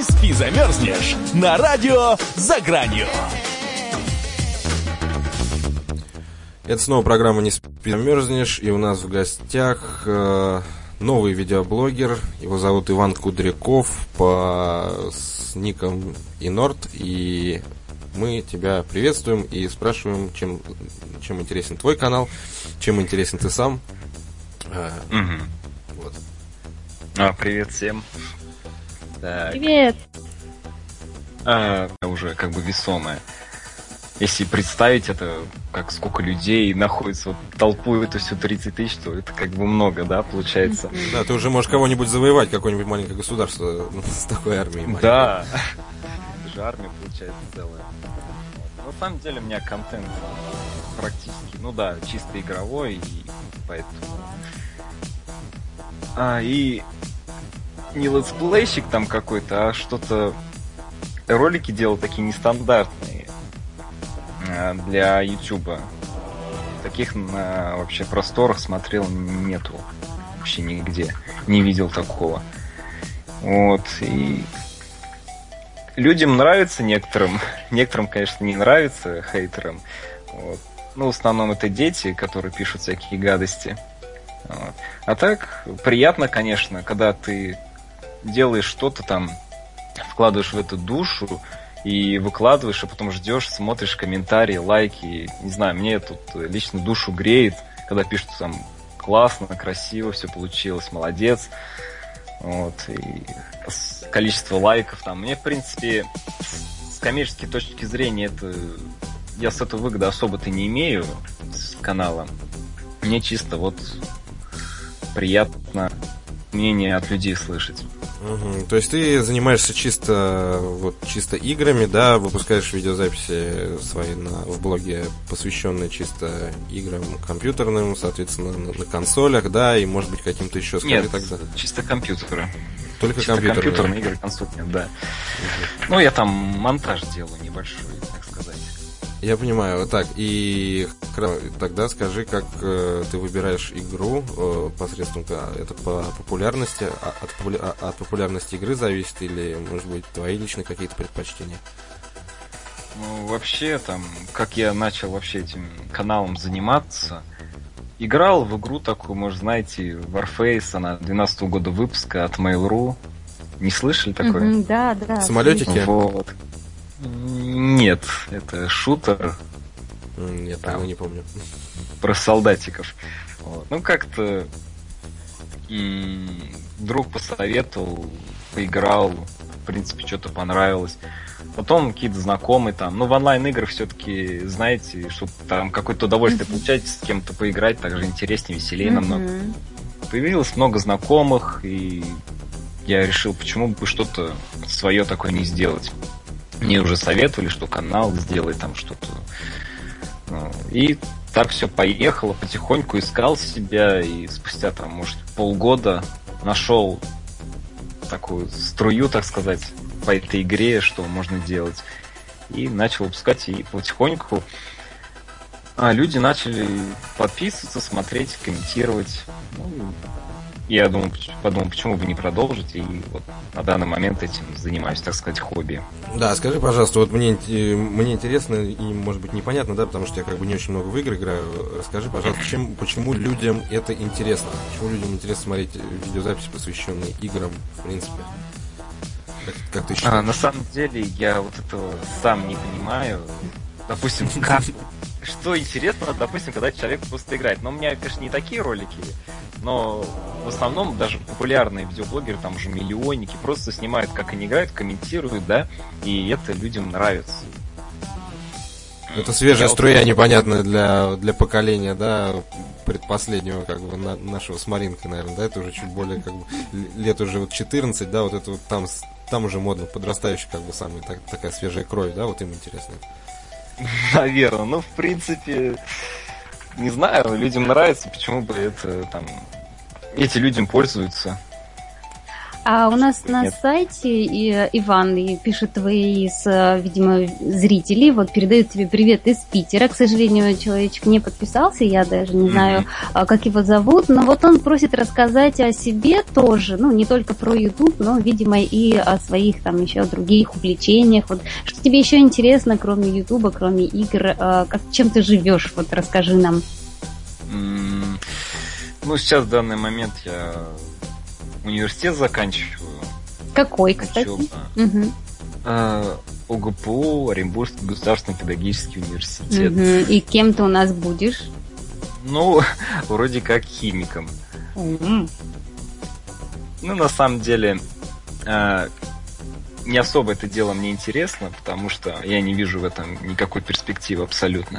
спи, замерзнешь на радио «За гранью». Это снова программа «Не спи, замерзнешь», и у нас в гостях новый видеоблогер. Его зовут Иван Кудряков с ником Инорд, и мы тебя приветствуем и спрашиваем, чем интересен твой канал, чем интересен ты сам. Вот. Привет всем. Так. Привет. Уже как бы весомое. Если представить это, как сколько людей находится вот, толпу, это все 30 тысяч, то это как бы много, да, получается. Да, ты уже можешь кого-нибудь завоевать, какое-нибудь маленькое государство с такой армией маленькой. Да, это же армия получается целая. На самом деле у меня контент практически, чисто игровой, и поэтому... И не летсплейщик там какой-то, а что-то... Ролики делал такие нестандартные для Ютуба. Таких на вообще просторах смотрел нету. Вообще нигде. Не видел такого. Вот. И людям нравится некоторым. Некоторым, конечно, не нравится, хейтерам. Вот. В основном это дети, которые пишут всякие гадости. Вот. А так, приятно, конечно, когда ты делаешь что-то там, вкладываешь в эту душу и выкладываешь, а потом ждешь, смотришь комментарии, лайки. Не знаю, мне тут лично душу греет, когда пишут там классно, красиво, все получилось, молодец. Вот. И количество лайков там. Мне, в принципе, с коммерческой точки зрения, я с этого выгоды особо-то не имею с канала. Мне чисто приятно мнение от людей слышать. Угу. То есть ты занимаешься чисто играми, да, выпускаешь видеозаписи свои в блоге, посвященные чисто играм компьютерным, соответственно, на консолях, да, и может быть каким-то еще, скажи. Нет, тогда. Чисто компьютеры. Только чисто компьютерные игры, консольные, да. Угу. Я там монтаж делаю небольшой, так сказать. Я понимаю. Так, и тогда скажи, как ты выбираешь игру посредством, это по популярности, от популярности игры зависит, или, может быть, твои личные какие-то предпочтения? Вообще, как я начал вообще этим каналом заниматься, играл в игру такую, может, знаете, Warface, она 12-го года выпуска от Mail.ru. Не слышали такое? Да. Самолетики? Вот. Нет, это шутер. Нет, я не помню. Про солдатиков. Вот. Как-то друг посоветовал, поиграл, в принципе, что-то понравилось. Потом какие-то знакомые там. В онлайн-играх все-таки, знаете, чтобы там какое-то удовольствие получать, с кем-то поиграть, так же интереснее, веселее намного. Появилось много знакомых, и я решил, почему бы что-то свое такое не сделать. Мне уже советовали, что канал сделай там что-то. И так все поехало, потихоньку искал себя, и спустя может полгода нашел такую струю, так сказать, по этой игре, что можно делать. И начал выпускать, и потихоньку люди начали подписываться, смотреть, комментировать. Я подумал, почему бы не продолжить, и на данный момент этим занимаюсь, так сказать, хобби. Да, скажи, пожалуйста, мне интересно и, может быть, непонятно, да, потому что я не очень много в игры играю. Расскажи, пожалуйста, почему людям это интересно? Почему людям интересно смотреть видеозаписи, посвященные играм, в принципе? Как ты считаешь? На самом деле, я этого сам не понимаю. Допустим, что интересно, допустим, когда человек просто играет. Но у меня, конечно, не такие ролики, но в основном даже популярные видеоблогеры, там уже миллионники, просто снимают, как они играют, комментируют, да, и это людям нравится. Это свежая струя, непонятная для поколения, да, предпоследнего, нашего с Маринкой, наверное, да, это уже чуть более, лет уже 14, да, это там уже модно, подрастающий, самая такая свежая кровь, да, им интересно. Наверное, в принципе, не знаю, людям нравится, почему бы эти людям пользуются. А у нас на сайте Иван пишет, твои, видимо, зрители вот передают тебе привет из Питера. К сожалению, человечек не подписался, я даже не знаю, как его зовут, но вот он просит рассказать о себе тоже, ну, не только про YouTube, но, видимо, и о своих там еще других увлечениях. Вот, что тебе еще интересно, кроме YouTube, кроме игр, чем ты живешь? Вот расскажи нам. Ну, сейчас в данный момент я университет заканчиваю. Какой, кстати? ОГПУ, Оренбургский государственный педагогический университет. И кем ты у нас будешь? Ну, вроде как химиком. Ну, на самом деле, не особо это дело мне интересно, потому что я не вижу в этом никакой перспективы абсолютно.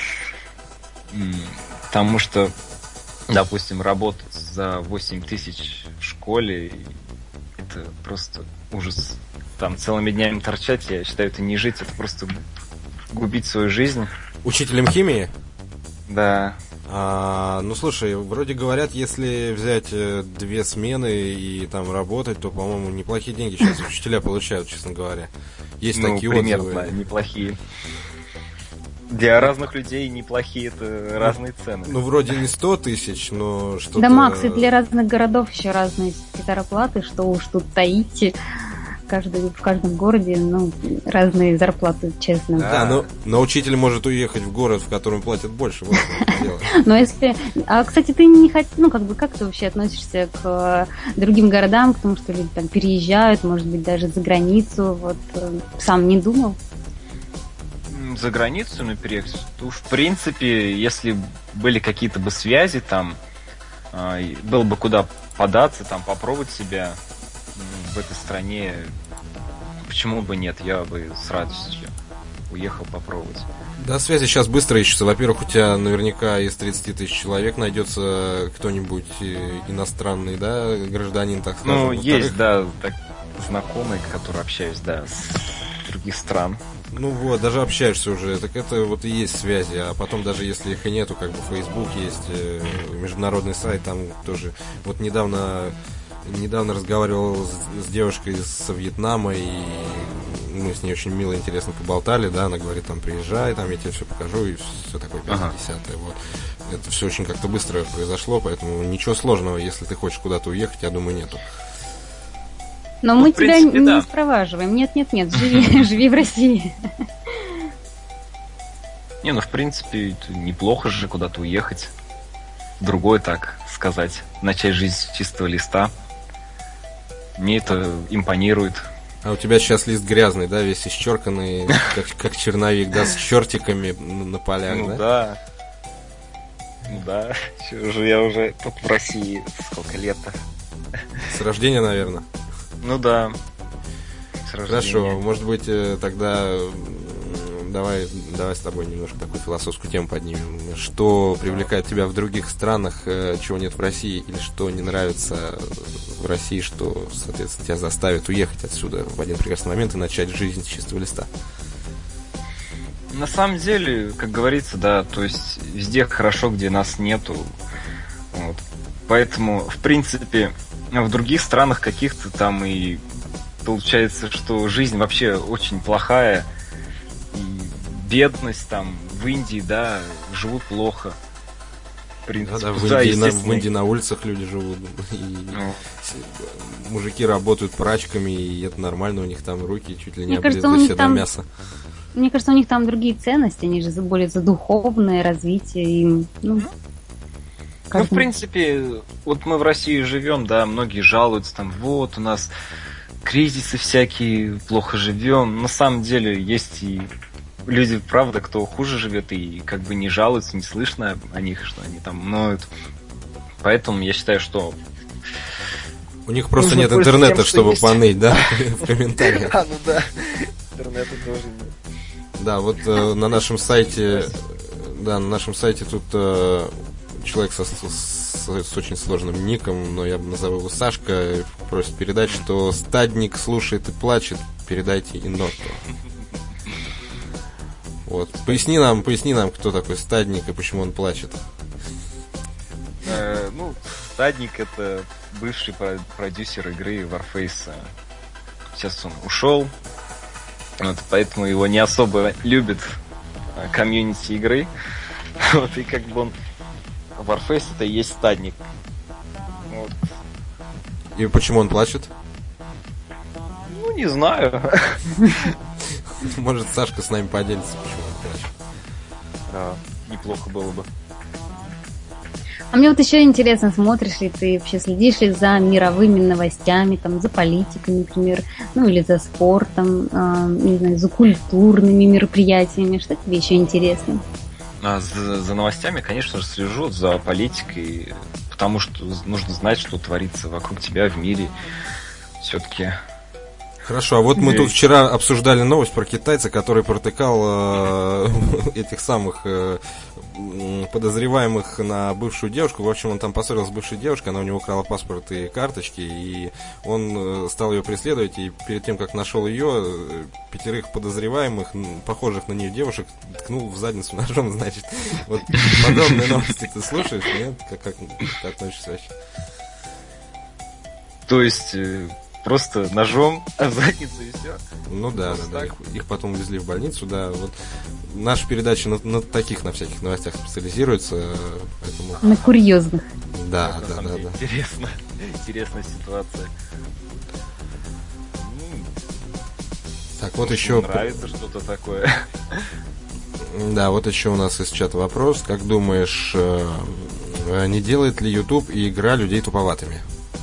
Потому что, допустим, работать за 8 тысяч в школе, это просто ужас. Там целыми днями торчать, я считаю, это не жить, это просто губить свою жизнь. Учителем химии? Да. Ну, слушай, вроде говорят, если взять 2 смены и там работать, то, по-моему, неплохие деньги сейчас учителя получают, честно говоря. Есть такие примерно, отзывы. Неплохие. Для разных людей неплохие, это разные цены. Ну, вроде не 100 тысяч, но что-то... Да, Макс, и для разных городов еще разные зарплаты, что уж тут таите. В каждом городе, разные зарплаты, честно. Да, но учитель может уехать в город, в котором платят больше. Вот дело. Но если... кстати, ты не как ты вообще относишься к другим городам, к тому, что люди там переезжают, может быть, даже за границу, вот сам не думал? За границу переехать? То, в принципе, если были какие-то бы связи там, было бы куда податься, там, попробовать себя в этой стране, почему бы нет, я бы с радостью уехал попробовать. Да, связи сейчас быстро ищутся. Во-первых, у тебя наверняка из 30 тысяч человек найдется кто-нибудь иностранный, да, гражданин, так скажем. Ну, есть, да, знакомые, которые общаюсь, да, с других стран. Ну вот, даже общаешься уже, так это вот и есть связи, а потом даже если их и нету, как бы Facebook есть, международный сайт, там тоже. Вот недавно разговаривал с девушкой со Вьетнама, и мы с ней очень мило и интересно поболтали, да, она говорит, там, приезжай, там, я тебе все покажу, и все такое 50-е, вот. Это все очень как-то быстро произошло, поэтому ничего сложного, если ты хочешь куда-то уехать, я думаю, нету. Но мы тебя не спроваживаем, нет, живи в России. Не, в принципе, неплохо же куда-то уехать, другой, так сказать, начать жизнь с чистого листа. Мне это импонирует. А у тебя сейчас лист грязный, да, весь исчерканный, как черновик, да, с чертиками на полях, да? Ну да. Я уже тут в России сколько лет-то. С рождения, наверное. Ну да. Хорошо, может быть, тогда давай с тобой немножко такую философскую тему поднимем. Что привлекает тебя в других странах, чего нет в России, или что не нравится в России, что, соответственно, тебя заставит уехать отсюда в один прекрасный момент и начать жизнь с чистого листа? На самом деле, как говорится, да, то есть везде хорошо, где нас нету. Вот. Поэтому, в принципе, в других странах каких-то там и получается, что жизнь вообще очень плохая. Бедность там в Индии, да, живут плохо. В принципе, да, в Индии на улицах люди живут. И мужики работают прачками, и это нормально, у них там руки чуть ли не облезли все до мяса. Мне кажется, у них там другие ценности, они же более за духовное развитие. В принципе, вот мы в России живем, да, многие жалуются, там, вот у нас кризисы всякие, плохо живем. На самом деле есть и люди, правда, кто хуже живет и как бы не жалуются, не слышно о них, что они там ноют. Поэтому я считаю, что у них просто нет интернета, чтобы поныть, да, в комментариях. Ну да, интернета тоже нет. Да, вот на нашем сайте тут человек с очень сложным ником, но я назову его Сашка, просит передать, что стадник слушает и плачет, передайте Иноту. Вот. Поясни нам, кто такой стадник и почему он плачет. Стадник — это бывший продюсер игры Warface. Сейчас он ушел, вот, поэтому его не особо любит комьюнити игры. Вот, и как бы он... Warface — это и есть Стадник. Вот. И почему он плачет? Ну, не знаю. Может, Сашка с нами поделится, почему он плачет. Да, неплохо было бы. А мне вот еще интересно, смотришь ли ты, вообще следишь ли за мировыми новостями, там, за политикой, например, ну или за спортом, не знаю, за культурными мероприятиями, что тебе еще интересно? За новостями, конечно же, слежу, за политикой, потому что нужно знать, что творится вокруг тебя в мире. Все-таки... Хорошо, а вот мы тут вчера обсуждали новость про китайца, который протыкал этих самых подозреваемых на бывшую девушку. В общем, он там поссорился с бывшей девушкой, она у него украла паспорт и карточки, и он стал ее преследовать, и перед тем, как нашел ее, 5 подозреваемых, похожих на нее девушек, ткнул в задницу ножом, значит. Вот подобные новости ты слушаешь, нет? Как ты относишься вообще? То есть... Просто ножом в задницу и все. Ну да, их потом увезли в больницу, да. Вот наша передача на таких, на всяких новостях специализируется, поэтому... На курьезных. Да. Интересная ситуация. Так, вот еще... Нравится что-то такое. Да, вот еще у нас из чата вопрос. Как думаешь, не делает ли YouTube и игра людей туповатыми?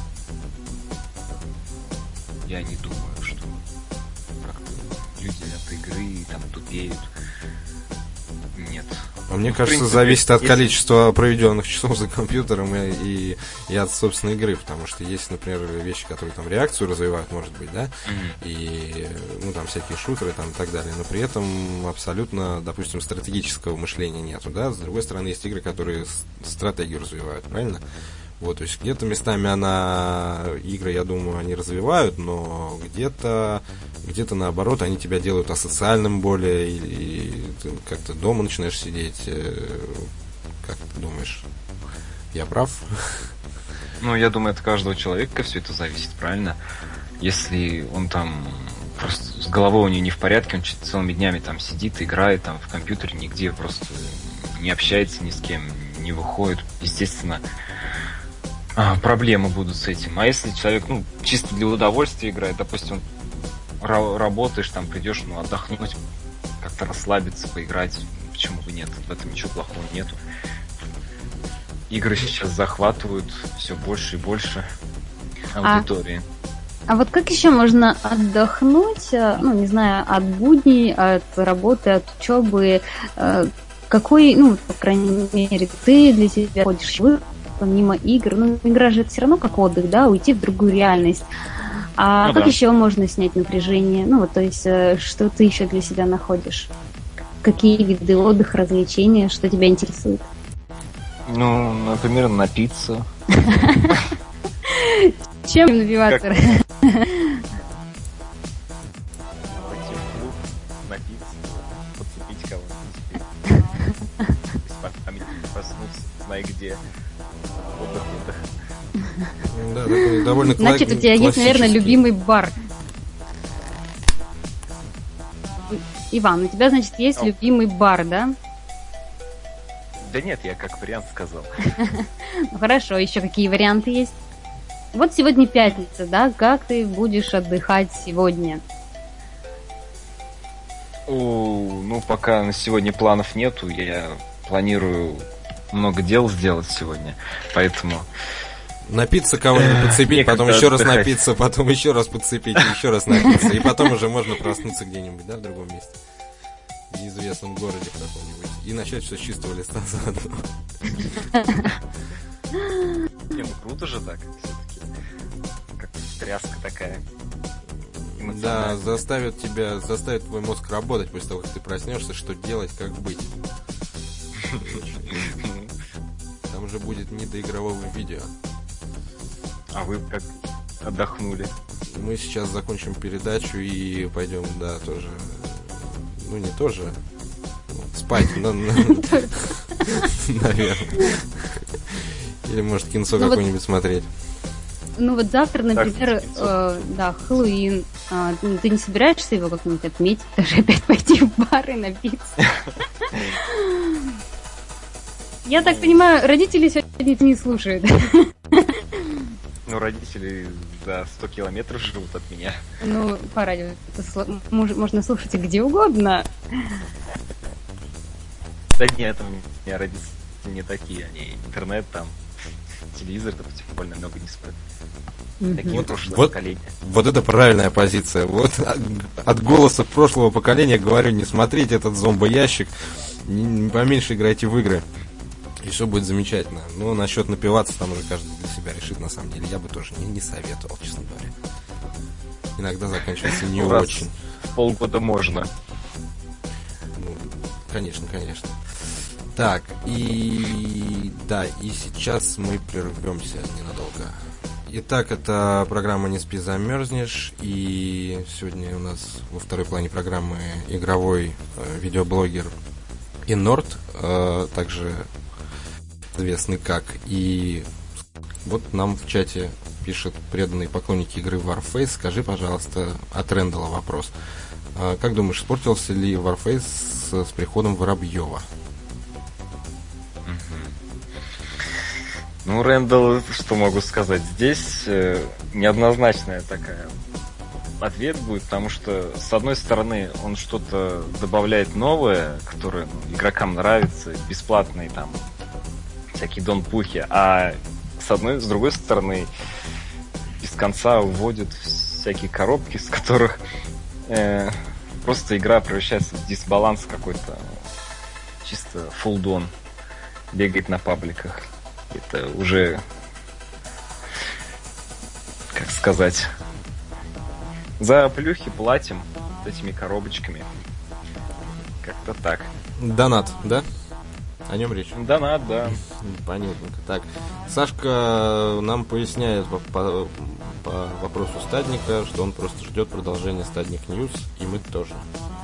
Я не думаю, что как-то люди от игры там тупеют. Нет. А мне кажется, зависит от количества проведенных часов за компьютером и от собственной игры, потому что есть, например, вещи, которые там реакцию развивают, может быть, да, и, ну, там всякие шутеры там и так далее, но при этом абсолютно, допустим, стратегического мышления нету, да, с другой стороны, есть игры, которые стратегию развивают, правильно? Вот, то есть где-то местами игры, я думаю, они развивают, но где-то наоборот, они тебя делают асоциальным более, и ты как-то дома начинаешь сидеть. Как ты думаешь, я прав? Ну, я думаю, от каждого человека все это зависит, правильно? Если он там просто с головой у него не в порядке, он целыми днями там сидит, играет там в компьютере, нигде просто не общается ни с кем, не выходит, естественно, проблемы будут с этим. А если человек, ну, чисто для удовольствия играет, допустим, работаешь, там придешь, ну, отдохнуть, как-то расслабиться, поиграть, почему бы нет, в этом ничего плохого нету. Игры сейчас захватывают все больше и больше аудитории. А вот как еще можно отдохнуть, ну, не знаю, от будней, от работы, от учебы? Какой, ну, по крайней мере, ты для себя ходишь помимо игр? Ну, игра же это все равно как отдых, да, уйти в другую реальность. А ну, как еще можно снять напряжение? Ну, вот, то есть, что ты еще для себя находишь? Какие виды отдыха, развлечения, что тебя интересует? Ну, например, напиться. Чем напиваться? Пойти в клуб, напиться, подцепить кого-нибудь. Проснуться, знай где. Отдых. Да, такой довольно Значит, у тебя есть, наверное, любимый бар. Иван, у тебя, значит, есть любимый бар, да? Да нет, я как вариант сказал. Ну хорошо, еще какие варианты есть? Вот сегодня пятница, да? Как ты будешь отдыхать сегодня? Ну, пока на сегодня планов нету, я планирую много дел сделать сегодня, поэтому... Напиться кого-нибудь, подцепить, потом еще раз напиться, потом еще раз подцепить, еще раз напиться, и потом уже можно проснуться где-нибудь, да, в другом месте, в неизвестном городе каком-нибудь, и начать все с чистого листа заодно. Не, ну круто же так, все-таки, как тряска такая. Да, заставит твой мозг работать после того, как ты проснешься, что делать, как быть. Там же будет не до игрового видео. А вы как отдохнули? Мы сейчас закончим передачу и пойдем, да, тоже. Ну, не тоже. Спать, наверное. Или, может, кинцо какое-нибудь смотреть. Ну вот завтра, например, Хэллоуин. Ты не собираешься его как-нибудь отметить? Даже опять пойти в бар и напиться? Я так понимаю, родители сегодня не слушают. Ну, родители за 100 километров живут от меня. Ну, по радио это можно слушать и где угодно. Да нет, у меня родители не такие. Они интернет там, телевизор, там тем более много не смотрят. Такие прошлого поколения. Вот это правильная позиция. Вот от голоса прошлого поколения говорю, не смотрите этот зомбоящик, не поменьше играйте в игры. И все будет замечательно. Но насчет напиваться там уже каждый для себя решит, на самом деле. Я бы тоже не советовал, честно говоря. Иногда заканчивается не очень. Полгода можно. Ну, конечно. Так, и сейчас мы прервемся ненадолго. Итак, это программа «Не спи, замерзнешь». И сегодня у нас во второй плане программы игровой видеоблогер Инорд, также известный как. И вот нам в чате пишет преданные поклонники игры Warface. Скажи, пожалуйста, от Рэндала вопрос. Как думаешь, испортился ли Warface с приходом Воробьева? Ну, Рэндалл, что могу сказать? Здесь неоднозначная такая ответ будет, потому что, с одной стороны, он что-то добавляет новое, которое игрокам нравится, бесплатные там всякие донпухи, а с другой стороны, без конца вводят всякие коробки, с которых просто игра превращается в дисбаланс какой-то, чисто фулдон, бегает на пабликах. Это уже, как сказать, за плюхи платим вот этими коробочками. Как-то так. Донат, да? О нем речь? Донат, да. Понятненько. Так, Сашка нам поясняет по вопросу Стадника, что он просто ждет продолжения Стадник Ньюс, и мы тоже.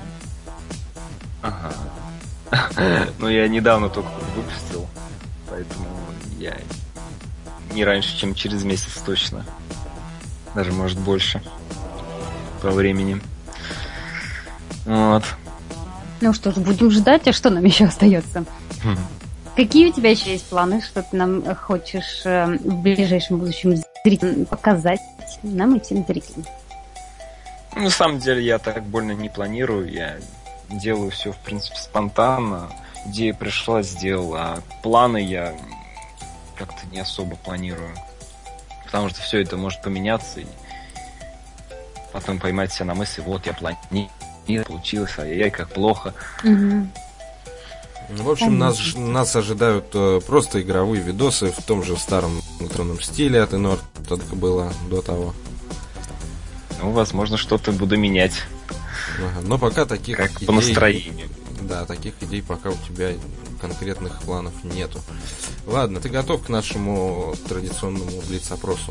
Ага. Ну, я недавно только выпустил, поэтому я не раньше, чем через месяц точно. Даже, может, больше по времени. Вот. Ну что ж, будем ждать, а что нам еще остается? Какие у тебя еще есть планы, что ты нам хочешь в ближайшем будущем зрителям показать, нам и всем зрителям? Ну, на самом деле, я так больно не планирую. Я делаю все, в принципе, спонтанно. Идея пришла, сделал, а планы я как-то не особо планирую. Потому что все это может поменяться, и потом поймать себя на мысли, вот я планирую, получилось, ай-яй, как плохо. Угу. В общем, нас ожидают просто игровые видосы в том же старом электронном стиле от Инорд, только было до того. Ну, возможно, что-то буду менять. Ага, но пока таких как идей... по настроению. Да, таких идей пока у тебя конкретных планов нету. Ладно, ты готов к нашему традиционному блиц-опросу?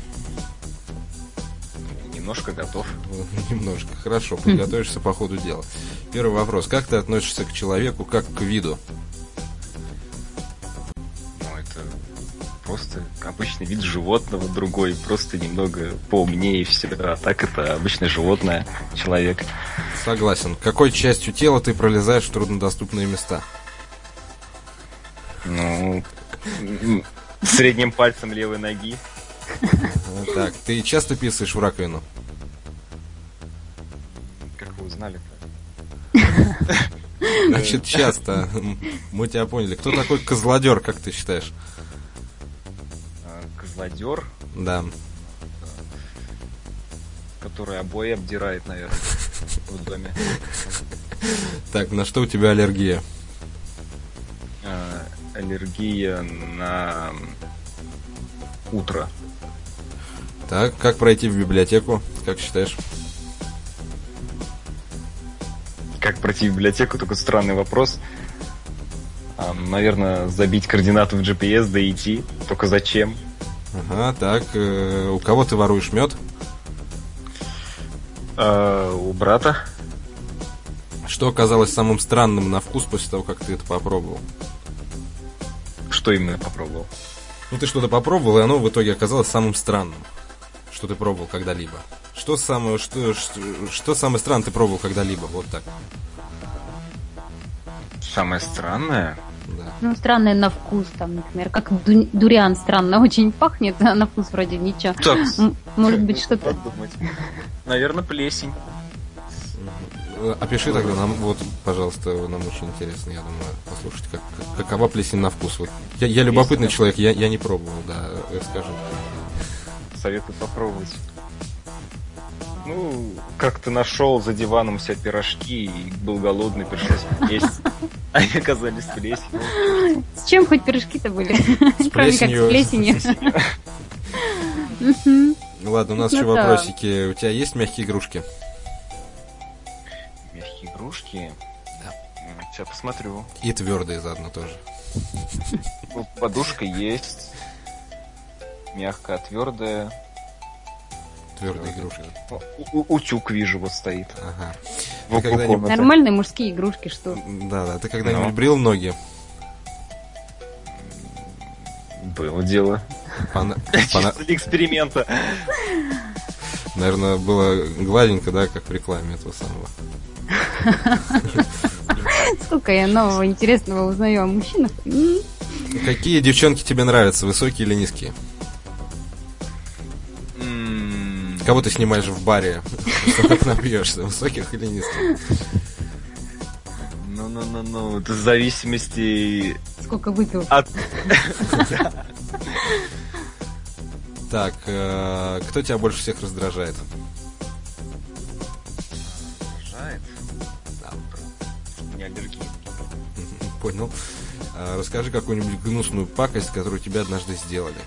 Немножко готов. Немножко, хорошо, подготовишься по ходу дела. Первый вопрос. Как ты относишься к человеку как к виду? Ну, это просто обычный вид животного, другой просто немного поумнее и все. А так это обычное животное, человек. Согласен. Какой частью тела ты пролезаешь в труднодоступные места? Ну, средним пальцем левой ноги. Так, ты часто писаешь в раковину? Как вы узнали-то? Значит, часто. Мы тебя поняли. Кто такой козлодер, как ты считаешь? Козлодер? Да. Который обои обдирает, наверное, в доме. Так, на что у тебя аллергия? Аллергия на утро. Так, как пройти в библиотеку, как считаешь? Как пройти в библиотеку, такой странный вопрос. Наверное, забить координаты в GPS, да и идти. Только зачем? Ага, так, у кого ты воруешь мед? У брата. Что оказалось самым странным на вкус после того, как ты это попробовал? Что именно попробовал? Ну, ты что-то попробовал, и оно в итоге оказалось самым странным, что ты пробовал когда-либо. Что самое странное ты пробовал когда-либо? Вот так. Самое странное? Да. Ну, странное на вкус, там, например, как дуриан странно очень пахнет, а на вкус вроде ничего. Так, Может быть, что-то... Наверное, плесень. Опиши тогда нам, вот, пожалуйста, нам очень интересно, я думаю, послушать, какова плесень на вкус. Вот. Я любопытный человек, я не пробовал, да, расскажи. Советую попробовать. Ну, как ты нашел за диваном все пирожки и был голодный, пришлось есть. Они оказались плесенью. С чем хоть пирожки-то были? Кроме как с плесенью. Ладно, у нас еще вопросики. У тебя есть мягкие игрушки? Мягкие игрушки? Да. Сейчас посмотрю. И твердые заодно тоже. Ну, подушка есть. Мягкая, твердая. Твердые игрушки. Утюг вижу, вот стоит. Ага. Нормальные мужские игрушки, что? Да. Ты когда-нибудь брил ноги? Было дело. Чисто для эксперимента. Наверное, было гладенько, да, как в рекламе этого самого. Сколько я нового интересного узнаю о мужчинах. Какие девчонки тебе нравятся, высокие или низкие? Кого ты снимаешь в баре? Что так напьешься, высоких или низких? Ну, это в зависимости... Сколько выпил. Так, кто тебя больше всех раздражает? Раздражает? Да. У меня аллергия. Понял. Расскажи какую-нибудь гнусную пакость, которую тебе однажды сделали.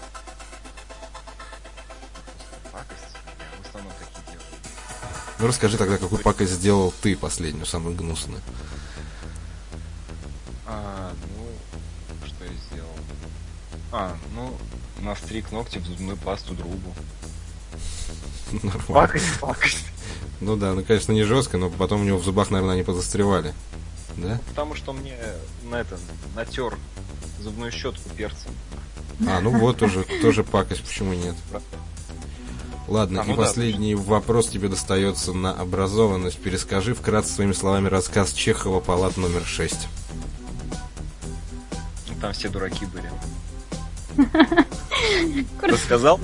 Ну, расскажи тогда, какую пакость сделал ты последнюю, самую гнусную. Что я сделал? Настриг ногти в зубную пасту другу. Нормально. Пакость. Ну да, конечно, не жестко, но потом у него в зубах, наверное, они позастревали. Да? Потому что мне натер зубную щетку перцем. Ну вот тоже пакость, почему нет? Ладно, и последний вопрос тебе достается на образованность. Перескажи вкратце своими словами рассказ Чехова «Палата номер 6». Там все дураки были. Рассказал?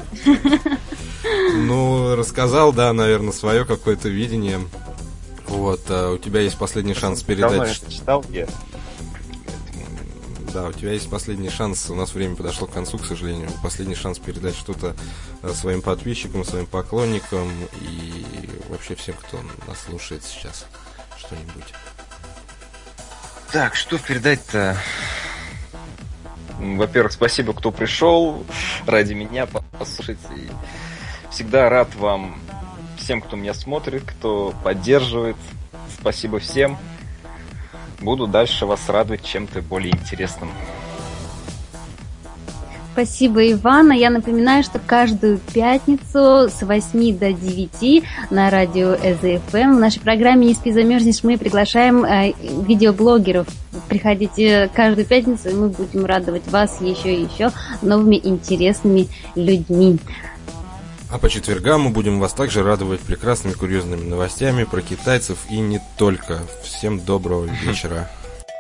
Ну, рассказал, да, наверное, свое какое-то видение. Вот, у тебя есть последний шанс передать... Читал я. Да, у тебя есть последний шанс. У нас время подошло к концу, к сожалению. Последний шанс передать что-то своим подписчикам, своим поклонникам и вообще всем, кто нас слушает сейчас. Что-нибудь. Так, что передать-то? Во-первых, спасибо, кто пришел ради меня послушать. И всегда рад вам, всем, кто меня смотрит, кто поддерживает. Спасибо всем. Буду дальше вас радовать чем-то более интересным. Спасибо, Иван. Я напоминаю, что каждую пятницу с 8 до 9 на радио ЭЗФМ в нашей программе «Не спи, замерзнешь» мы приглашаем видеоблогеров. Приходите каждую пятницу, и мы будем радовать вас еще и еще новыми интересными людьми. А по четвергам мы будем вас также радовать прекрасными курьезными новостями про китайцев и не только. Всем доброго вечера.